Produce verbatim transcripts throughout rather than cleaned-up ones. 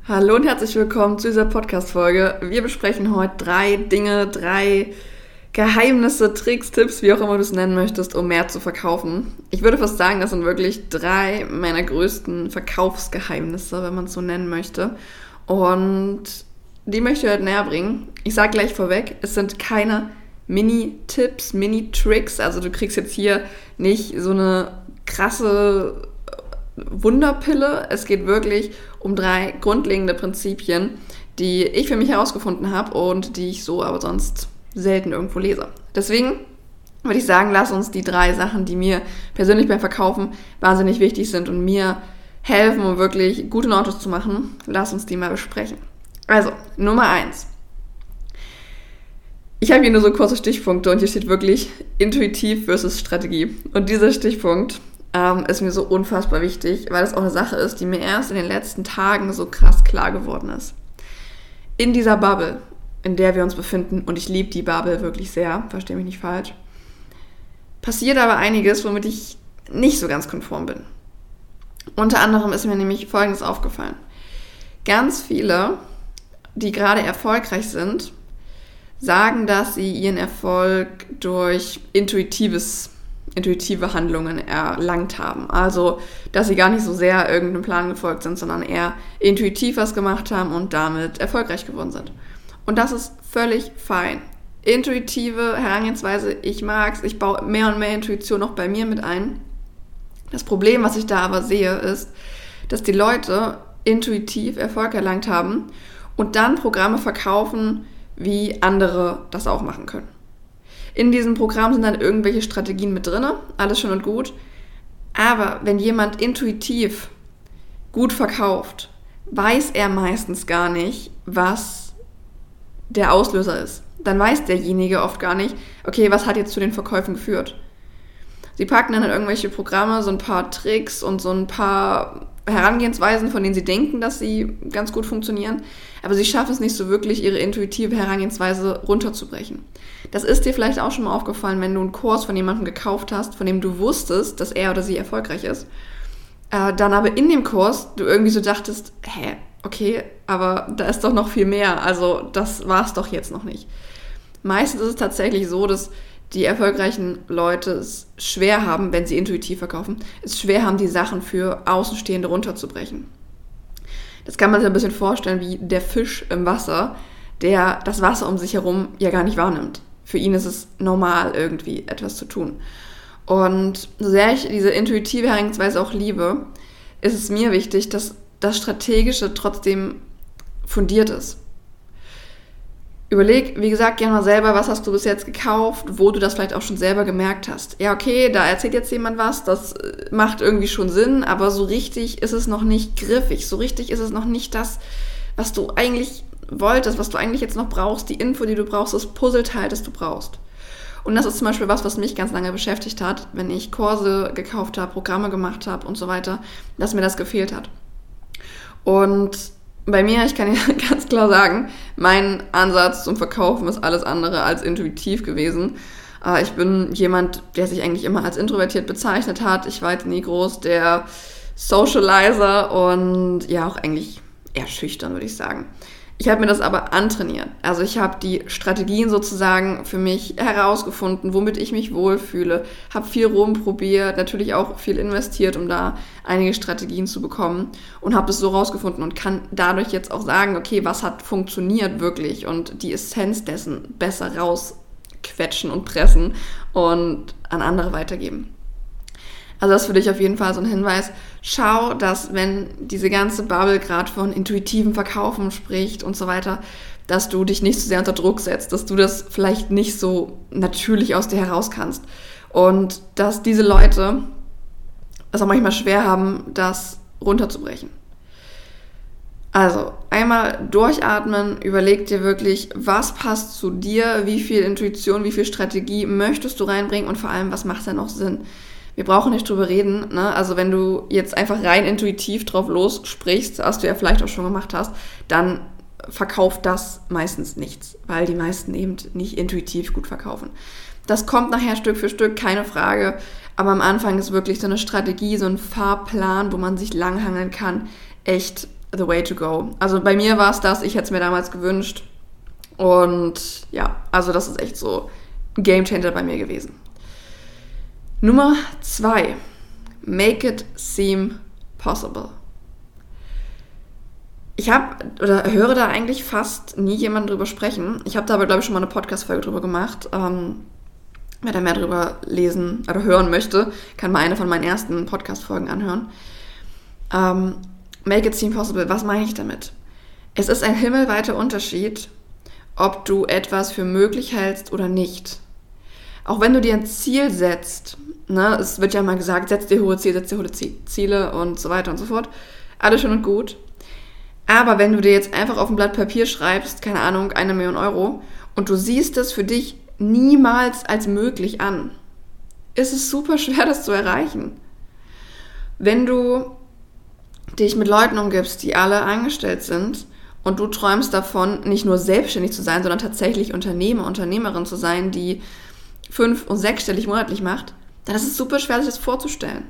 Hallo und herzlich willkommen zu dieser Podcast-Folge. Wir besprechen heute drei Dinge, drei Geheimnisse, Tricks, Tipps, wie auch immer du es nennen möchtest, um mehr zu verkaufen. Ich würde fast sagen, das sind wirklich drei meiner größten Verkaufsgeheimnisse, wenn man es so nennen möchte. Und die möchte ich heute näher bringen. Ich sage gleich vorweg, es sind keine Mini-Tipps, Mini-Tricks. Also du kriegst jetzt hier nicht so eine krasse Wunderpille. Es geht wirklich um drei grundlegende Prinzipien, die ich für mich herausgefunden habe und die ich so aber sonst selten irgendwo lese. Deswegen würde ich sagen, lass uns die drei Sachen, die mir persönlich beim Verkaufen wahnsinnig wichtig sind und mir helfen, um wirklich gute Autos zu machen, lass uns die mal besprechen. Also, Nummer eins. Ich habe hier nur so kurze Stichpunkte und hier steht wirklich intuitiv versus Strategie. Und dieser Stichpunkt ähm, ist mir so unfassbar wichtig, weil das auch eine Sache ist, die mir erst in den letzten Tagen so krass klar geworden ist. In dieser Bubble, in der wir uns befinden, und ich liebe die Bubble wirklich sehr, verstehe mich nicht falsch, passiert aber einiges, womit ich nicht so ganz konform bin. Unter anderem ist mir nämlich Folgendes aufgefallen. Ganz viele, die gerade erfolgreich sind, sagen, dass sie ihren Erfolg durch intuitives, intuitive Handlungen erlangt haben. Also, dass sie gar nicht so sehr irgendeinem Plan gefolgt sind, sondern eher intuitiv was gemacht haben und damit erfolgreich geworden sind. Und das ist völlig fein. Intuitive Herangehensweise, ich mag's, ich baue mehr und mehr Intuition auch bei mir mit ein. Das Problem, was ich da aber sehe, ist, dass die Leute intuitiv Erfolg erlangt haben und dann Programme verkaufen, wie andere das auch machen können. In diesem Programm sind dann irgendwelche Strategien mit drin, alles schön und gut. Aber wenn jemand intuitiv gut verkauft, weiß er meistens gar nicht, was der Auslöser ist. Dann weiß derjenige oft gar nicht, okay, was hat jetzt zu den Verkäufen geführt? Sie packen dann in irgendwelche Programme so ein paar Tricks und so ein paar Herangehensweisen, von denen sie denken, dass sie ganz gut funktionieren, aber sie schaffen es nicht so wirklich, ihre intuitive Herangehensweise runterzubrechen. Das ist dir vielleicht auch schon mal aufgefallen, wenn du einen Kurs von jemandem gekauft hast, von dem du wusstest, dass er oder sie erfolgreich ist, äh, dann aber in dem Kurs du irgendwie so dachtest, hä, okay, aber da ist doch noch viel mehr, also das war es doch jetzt noch nicht. Meistens ist es tatsächlich so, dass die erfolgreichen Leute es schwer haben, wenn sie intuitiv verkaufen, es schwer haben, die Sachen für Außenstehende runterzubrechen. Das kann man sich ein bisschen vorstellen wie der Fisch im Wasser, der das Wasser um sich herum ja gar nicht wahrnimmt. Für ihn ist es normal, irgendwie etwas zu tun. Und so sehr ich diese intuitive Herangehensweise auch liebe, ist es mir wichtig, dass das Strategische trotzdem fundiert ist. Überleg, wie gesagt, gerne mal selber, was hast du bis jetzt gekauft, wo du das vielleicht auch schon selber gemerkt hast. Ja, okay, da erzählt jetzt jemand was, das macht irgendwie schon Sinn, aber so richtig ist es noch nicht griffig, so richtig ist es noch nicht das, was du eigentlich wolltest, was du eigentlich jetzt noch brauchst, die Info, die du brauchst, das Puzzleteil, das du brauchst. Und das ist zum Beispiel was, was mich ganz lange beschäftigt hat, wenn ich Kurse gekauft habe, Programme gemacht habe und so weiter, dass mir das gefehlt hat. Und bei mir, ich kann dir ganz klar sagen, mein Ansatz zum Verkaufen ist alles andere als intuitiv gewesen. Ich bin jemand, der sich eigentlich immer als introvertiert bezeichnet hat. Ich war jetzt nie groß der Socializer und ja auch eigentlich eher schüchtern, würde ich sagen. Ich habe mir das aber antrainiert. Also ich habe die Strategien sozusagen für mich herausgefunden, womit ich mich wohlfühle, habe viel rumprobiert, natürlich auch viel investiert, um da einige Strategien zu bekommen und habe das so rausgefunden und kann dadurch jetzt auch sagen, okay, was hat funktioniert wirklich und die Essenz dessen besser rausquetschen und pressen und an andere weitergeben. Also das ist für dich auf jeden Fall so ein Hinweis. Schau, dass wenn diese ganze Bubble gerade von intuitivem Verkaufen spricht und so weiter, dass du dich nicht so sehr unter Druck setzt, dass du das vielleicht nicht so natürlich aus dir heraus kannst. Und dass diese Leute es auch manchmal schwer haben, das runterzubrechen. Also einmal durchatmen, überleg dir wirklich, was passt zu dir, wie viel Intuition, wie viel Strategie möchtest du reinbringen und vor allem, was macht denn noch Sinn? Wir brauchen nicht drüber reden, ne? Also wenn du jetzt einfach rein intuitiv drauf lossprichst, was du ja vielleicht auch schon gemacht hast, dann verkauft das meistens nichts, weil die meisten eben nicht intuitiv gut verkaufen. Das kommt nachher Stück für Stück, keine Frage, aber am Anfang ist wirklich so eine Strategie, so ein Fahrplan, wo man sich langhangeln kann, echt the way to go. Also bei mir war es das, ich hätte es mir damals gewünscht. Und ja, also das ist echt so ein Gamechanger bei mir gewesen. Nummer zwei. Make it seem possible. Ich habe oder höre da eigentlich fast nie jemanden drüber sprechen. Ich habe da aber, glaube ich, schon mal eine Podcast-Folge drüber gemacht. Ähm, wer da mehr drüber lesen oder hören möchte, kann mal eine von meinen ersten Podcast-Folgen anhören. Ähm, Make it seem possible. Was meine ich damit? Es ist ein himmelweiter Unterschied, ob du etwas für möglich hältst oder nicht. Auch wenn du dir ein Ziel setzt, ne, es wird ja mal gesagt, setz dir hohe Ziele, setz dir hohe Ziele und so weiter und so fort. Alles schön und gut. Aber wenn du dir jetzt einfach auf ein Blatt Papier schreibst, keine Ahnung, eine Million Euro, und du siehst es für dich niemals als möglich an, ist es super schwer, das zu erreichen. Wenn du dich mit Leuten umgibst, die alle angestellt sind und du träumst davon, nicht nur selbstständig zu sein, sondern tatsächlich Unternehmer, Unternehmerin zu sein, die fünf- und sechsstellig monatlich macht, dann ist es super schwer, sich das vorzustellen.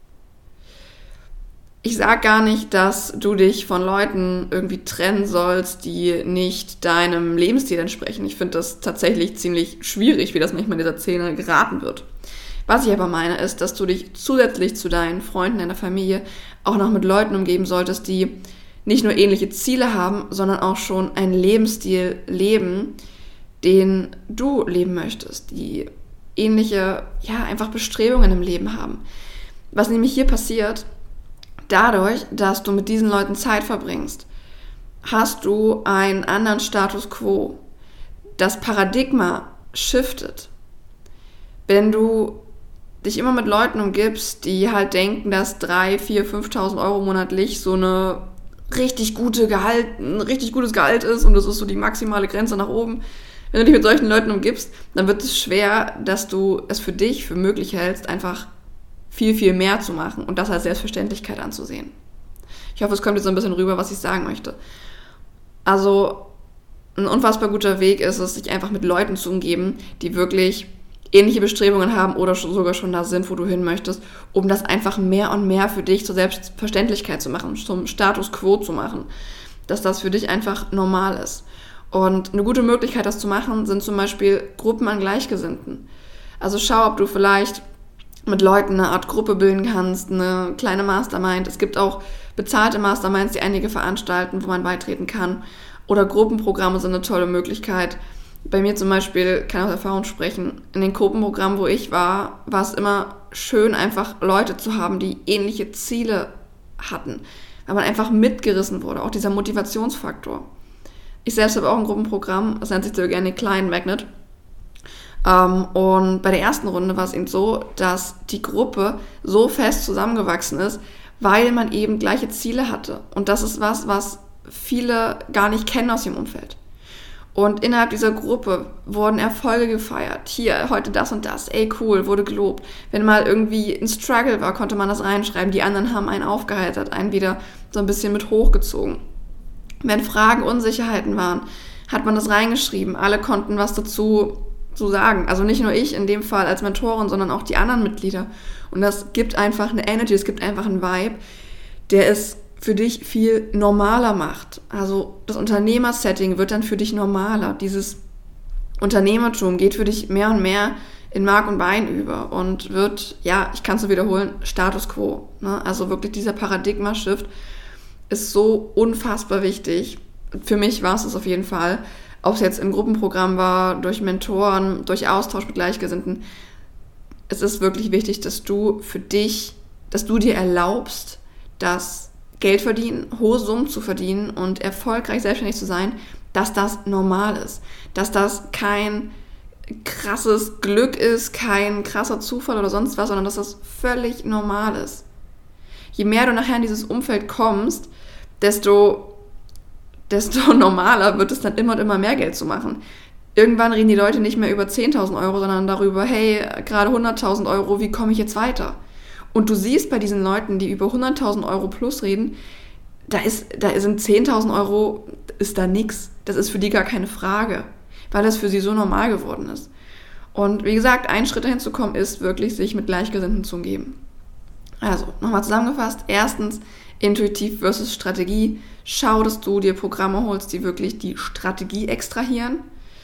Ich sage gar nicht, dass du dich von Leuten irgendwie trennen sollst, die nicht deinem Lebensstil entsprechen. Ich finde das tatsächlich ziemlich schwierig, wie das manchmal in dieser Szene geraten wird. Was ich aber meine, ist, dass du dich zusätzlich zu deinen Freunden, deiner Familie auch noch mit Leuten umgeben solltest, die nicht nur ähnliche Ziele haben, sondern auch schon einen Lebensstil leben, den du leben möchtest, die ähnliche, ja, einfach Bestrebungen im Leben haben. Was nämlich hier passiert, dadurch, dass du mit diesen Leuten Zeit verbringst, hast du einen anderen Status quo. Das Paradigma shiftet. Wenn du dich immer mit Leuten umgibst, die halt denken, dass dreitausend, viertausend, fünftausend Euro monatlich so eine richtig gute Gehalt, ein richtig gutes Gehalt ist und das ist so die maximale Grenze nach oben. Wenn du dich mit solchen Leuten umgibst, dann wird es schwer, dass du es für dich für möglich hältst, einfach viel, viel mehr zu machen und das als Selbstverständlichkeit anzusehen. Ich hoffe, es kommt jetzt so ein bisschen rüber, was ich sagen möchte. Also ein unfassbar guter Weg ist es, sich einfach mit Leuten zu umgeben, die wirklich ähnliche Bestrebungen haben oder sogar schon da sind, wo du hin möchtest, um das einfach mehr und mehr für dich zur Selbstverständlichkeit zu machen, zum Status quo zu machen, dass das für dich einfach normal ist. Und eine gute Möglichkeit, das zu machen, sind zum Beispiel Gruppen an Gleichgesinnten. Also schau, ob du vielleicht mit Leuten eine Art Gruppe bilden kannst, eine kleine Mastermind. Es gibt auch bezahlte Masterminds, die einige veranstalten, wo man beitreten kann. Oder Gruppenprogramme sind eine tolle Möglichkeit. Bei mir zum Beispiel, kann ich aus Erfahrung sprechen, in den Gruppenprogrammen, wo ich war, war es immer schön, einfach Leute zu haben, die ähnliche Ziele hatten. Weil man einfach mitgerissen wurde, auch dieser Motivationsfaktor. Ich selbst habe auch ein Gruppenprogramm, das nennt sich The Organic Client Magnet. Um, und bei der ersten Runde war es eben so, dass die Gruppe so fest zusammengewachsen ist, weil man eben gleiche Ziele hatte. Und das ist was, was viele gar nicht kennen aus ihrem Umfeld. Und innerhalb dieser Gruppe wurden Erfolge gefeiert. Hier, heute das und das. Ey, cool, wurde gelobt. Wenn mal irgendwie ein Struggle war, konnte man das reinschreiben. Die anderen haben einen aufgeheitert, einen wieder so ein bisschen mit hochgezogen. Wenn Fragen, Unsicherheiten waren, hat man das reingeschrieben. Alle konnten was dazu zu sagen. Also nicht nur ich in dem Fall als Mentorin, sondern auch die anderen Mitglieder. Und das gibt einfach eine Energy, es gibt einfach einen Vibe, der es für dich viel normaler macht. Also das Unternehmersetting wird dann für dich normaler. Dieses Unternehmertum geht für dich mehr und mehr in Mark und Bein über und wird, ja, ich kann es so wiederholen, Status quo. Ne? Also wirklich dieser Paradigma-Shift ist so unfassbar wichtig. Für mich war es das auf jeden Fall. Ob es jetzt im Gruppenprogramm war, durch Mentoren, durch Austausch mit Gleichgesinnten. Es ist wirklich wichtig, dass du für dich, dass du dir erlaubst, das Geld verdienen, hohe Summen zu verdienen und erfolgreich selbstständig zu sein, dass das normal ist. Dass das kein krasses Glück ist, kein krasser Zufall oder sonst was, sondern dass das völlig normal ist. Je mehr du nachher in dieses Umfeld kommst, desto desto normaler wird es dann immer und immer mehr Geld zu machen. Irgendwann reden die Leute nicht mehr über zehntausend Euro, sondern darüber, hey, gerade hunderttausend Euro, wie komme ich jetzt weiter? Und du siehst bei diesen Leuten, die über hunderttausend Euro plus reden, da ist, da sind zehntausend Euro, ist da nix. Das ist für die gar keine Frage, weil das für sie so normal geworden ist. Und wie gesagt, ein Schritt dahin zu kommen, ist wirklich, sich mit Gleichgesinnten zu umgeben. Also, nochmal zusammengefasst. Erstens, Intuitiv versus Strategie. Schau, dass du dir Programme holst, die wirklich die Strategie extrahieren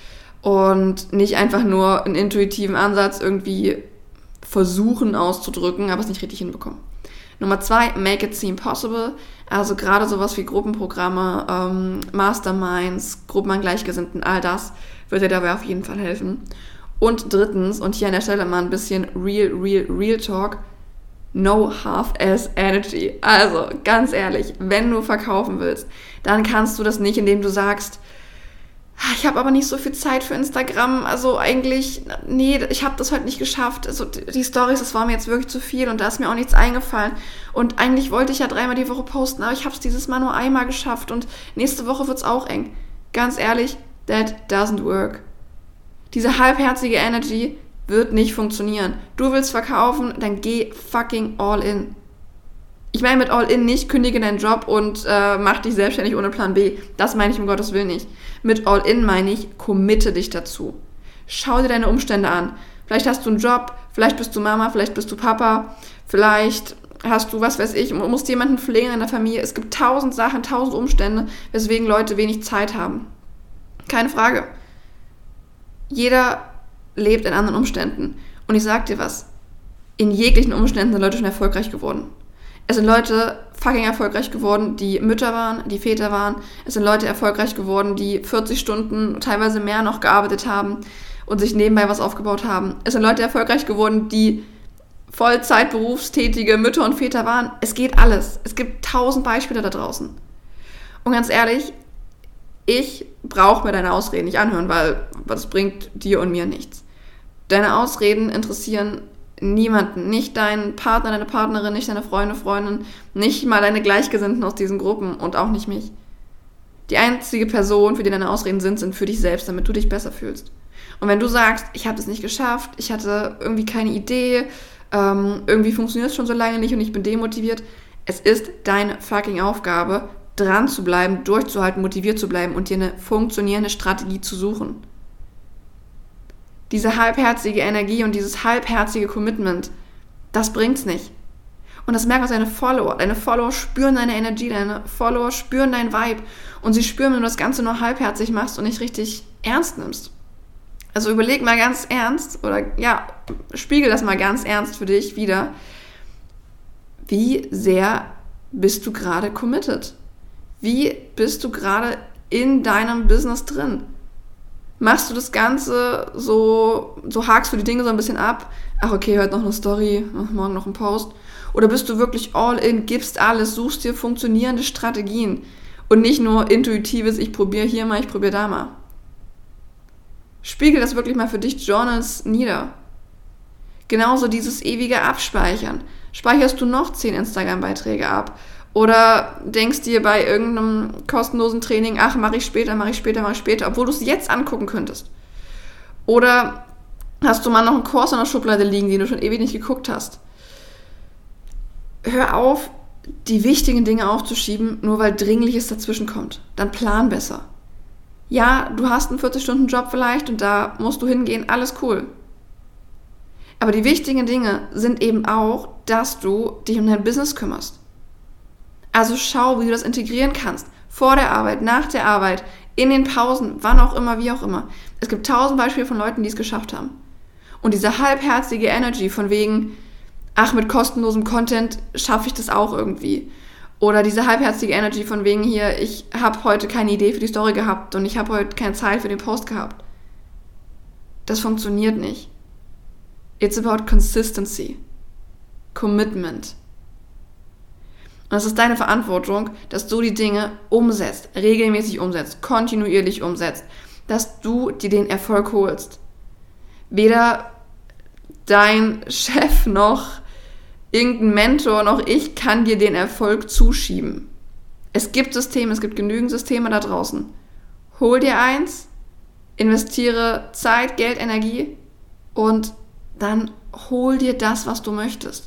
und nicht einfach nur einen intuitiven Ansatz irgendwie versuchen auszudrücken, aber es nicht richtig hinbekommen. Nummer zwei, make it seem possible. Also gerade sowas wie Gruppenprogramme, ähm, Masterminds, Gruppen an Gleichgesinnten, all das wird dir dabei auf jeden Fall helfen. Und drittens, und hier an der Stelle mal ein bisschen real, real, real talk, no half-ass energy. Also, ganz ehrlich, wenn du verkaufen willst, dann kannst du das nicht, indem du sagst, ich habe aber nicht so viel Zeit für Instagram, also eigentlich, nee, ich habe das heute nicht geschafft. Also die Storys, das war mir jetzt wirklich zu viel und da ist mir auch nichts eingefallen. Und eigentlich wollte ich ja dreimal die Woche posten, aber ich habe es dieses Mal nur einmal geschafft und nächste Woche wird's auch eng. Ganz ehrlich, that doesn't work. Diese halbherzige Energy wird nicht funktionieren. Du willst verkaufen, dann geh fucking all in. Ich meine mit all in nicht, kündige deinen Job und äh, mach dich selbstständig ohne Plan B. Das meine ich um Gottes Willen nicht. Mit all in meine ich, committe dich dazu. Schau dir deine Umstände an. Vielleicht hast du einen Job, vielleicht bist du Mama, vielleicht bist du Papa, vielleicht hast du, was weiß ich, musst jemanden pflegen in der Familie. Es gibt tausend Sachen, tausend Umstände, weswegen Leute wenig Zeit haben. Keine Frage. Jeder lebt in anderen Umständen. Und ich sag dir was, in jeglichen Umständen sind Leute schon erfolgreich geworden. Es sind Leute fucking erfolgreich geworden, die Mütter waren, die Väter waren. Es sind Leute erfolgreich geworden, die vierzig Stunden, teilweise mehr noch gearbeitet haben und sich nebenbei was aufgebaut haben. Es sind Leute erfolgreich geworden, die Vollzeitberufstätige Mütter und Väter waren. Es geht alles. Es gibt tausend Beispiele da draußen. Und ganz ehrlich, ich brauche mir deine Ausreden nicht anhören, weil das bringt dir und mir nichts. Deine Ausreden interessieren niemanden, nicht deinen Partner, deine Partnerin, nicht deine Freunde, Freundin, nicht mal deine Gleichgesinnten aus diesen Gruppen und auch nicht mich. Die einzige Person, für die deine Ausreden sind, sind für dich selbst, damit du dich besser fühlst. Und wenn du sagst, ich habe das nicht geschafft, ich hatte irgendwie keine Idee, ähm, irgendwie funktioniert es schon so lange nicht und ich bin demotiviert, es ist deine fucking Aufgabe, dran zu bleiben, durchzuhalten, motiviert zu bleiben und dir eine funktionierende Strategie zu suchen. Diese halbherzige Energie und dieses halbherzige Commitment, das bringt's nicht. Und das merken auch deine Follower. Deine Follower spüren deine Energie, deine Follower spüren dein Vibe und sie spüren, wenn du das Ganze nur halbherzig machst und nicht richtig ernst nimmst. Also überleg mal ganz ernst oder ja, spiegel das mal ganz ernst für dich wieder. Wie sehr bist du gerade committed? Wie bist du gerade in deinem Business drin? Machst du das Ganze so, so hakst du die Dinge so ein bisschen ab? Ach okay, heute noch eine Story, morgen noch ein Post. Oder bist du wirklich all in, gibst alles, suchst dir funktionierende Strategien und nicht nur intuitives, ich probiere hier mal, ich probiere da mal. Spiegel das wirklich mal für dich, Journals, nieder. Genauso dieses ewige Abspeichern. Speicherst du noch zehn Instagram-Beiträge ab? Oder denkst dir bei irgendeinem kostenlosen Training, ach, mache ich später, mache ich später, mache ich später, obwohl du es jetzt angucken könntest. Oder hast du mal noch einen Kurs in der Schublade liegen, den du schon ewig nicht geguckt hast. Hör auf, die wichtigen Dinge aufzuschieben, nur weil Dringliches dazwischen kommt. Dann plan besser. Ja, du hast einen vierzig-Stunden-Job vielleicht und da musst du hingehen, alles cool. Aber die wichtigen Dinge sind eben auch, dass du dich um dein Business kümmerst. Also schau, wie du das integrieren kannst. Vor der Arbeit, nach der Arbeit, in den Pausen, wann auch immer, wie auch immer. Es gibt tausend Beispiele von Leuten, die es geschafft haben. Und diese halbherzige Energy von wegen, ach, mit kostenlosem Content schaffe ich das auch irgendwie. Oder diese halbherzige Energy von wegen hier, ich habe heute keine Idee für die Story gehabt und ich habe heute keine Zeit für den Post gehabt. Das funktioniert nicht. It's about consistency. Commitment. Und es ist deine Verantwortung, dass du die Dinge umsetzt, regelmäßig umsetzt, kontinuierlich umsetzt, dass du dir den Erfolg holst. Weder dein Chef noch irgendein Mentor noch ich kann dir den Erfolg zuschieben. Es gibt Systeme, es gibt genügend Systeme da draußen. Hol dir eins, investiere Zeit, Geld, Energie und dann hol dir das, was du möchtest.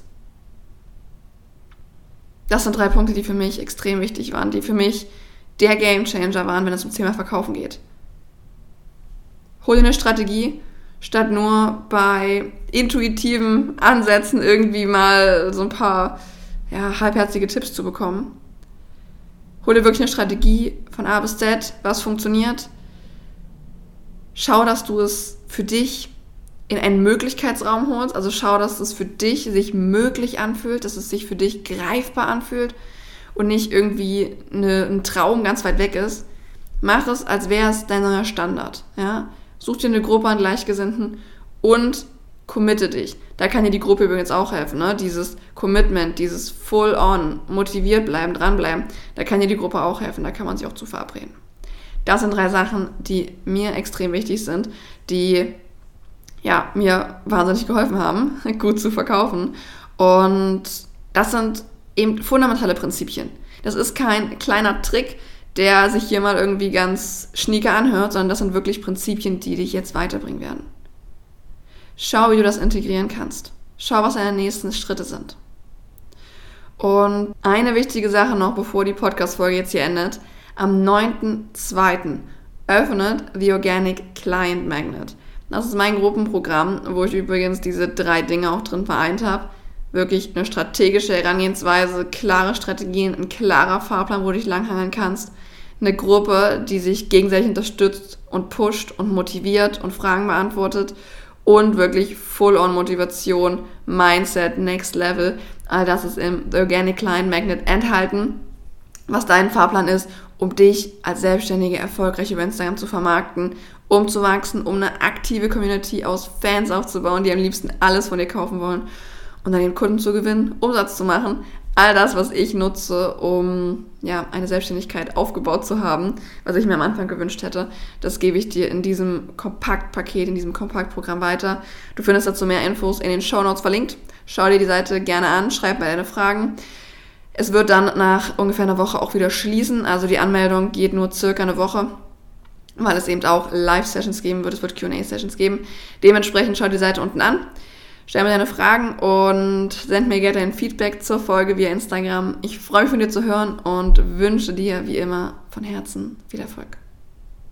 Das sind drei Punkte, die für mich extrem wichtig waren, die für mich der Gamechanger waren, wenn es ums Thema Verkaufen geht. Hol dir eine Strategie, statt nur bei intuitiven Ansätzen irgendwie mal so ein paar ja, halbherzige Tipps zu bekommen. Hol dir wirklich eine Strategie von A bis Z, was funktioniert. Schau, dass du es für dich in einen Möglichkeitsraum holst. Also schau, dass es für dich sich möglich anfühlt, dass es sich für dich greifbar anfühlt und nicht irgendwie eine, ein Traum ganz weit weg ist. Mach es, als wäre es dein neuer Standard. Ja? Such dir eine Gruppe an Gleichgesinnten und committe dich. Da kann dir die Gruppe übrigens auch helfen. Ne? Dieses Commitment, dieses Full-on, motiviert bleiben, dranbleiben, da kann dir die Gruppe auch helfen. Da kann man sich auch zu verabreden. Das sind drei Sachen, die mir extrem wichtig sind, die ja, mir wahnsinnig geholfen haben, gut zu verkaufen. Und das sind eben fundamentale Prinzipien. Das ist kein kleiner Trick, der sich hier mal irgendwie ganz schnieke anhört, sondern das sind wirklich Prinzipien, die dich jetzt weiterbringen werden. Schau, wie du das integrieren kannst. Schau, was deine nächsten Schritte sind. Und eine wichtige Sache noch, bevor die Podcast-Folge jetzt hier endet. Am neunten zweiten öffnet The Organic Client Magnet. Das ist mein Gruppenprogramm, wo ich übrigens diese drei Dinge auch drin vereint habe. Wirklich eine strategische Herangehensweise, klare Strategien, ein klarer Fahrplan, wo du dich langhangeln kannst. Eine Gruppe, die sich gegenseitig unterstützt und pusht und motiviert und Fragen beantwortet. Und wirklich Full-on-Motivation, Mindset, Next Level. All das ist im The Organic Client Magnet enthalten, was dein Fahrplan ist, um dich als Selbstständige erfolgreich über Instagram zu vermarkten, um zu wachsen, um eine aktive Community aus Fans aufzubauen, die am liebsten alles von dir kaufen wollen und dann den Kunden zu gewinnen, Umsatz zu machen. All das, was ich nutze, um ja eine Selbstständigkeit aufgebaut zu haben, was ich mir am Anfang gewünscht hätte, das gebe ich dir in diesem Kompaktpaket, in diesem Kompaktprogramm weiter. Du findest dazu mehr Infos in den Shownotes verlinkt. Schau dir die Seite gerne an, schreib mir deine Fragen. Es wird dann nach ungefähr einer Woche auch wieder schließen, also die Anmeldung geht nur circa eine Woche, weil es eben auch Live-Sessions geben wird, es wird Q and A-Sessions geben. Dementsprechend schau die Seite unten an. Stell mir deine Fragen und send mir gerne dein Feedback zur Folge via Instagram. Ich freue mich von dir zu hören und wünsche dir wie immer von Herzen viel Erfolg.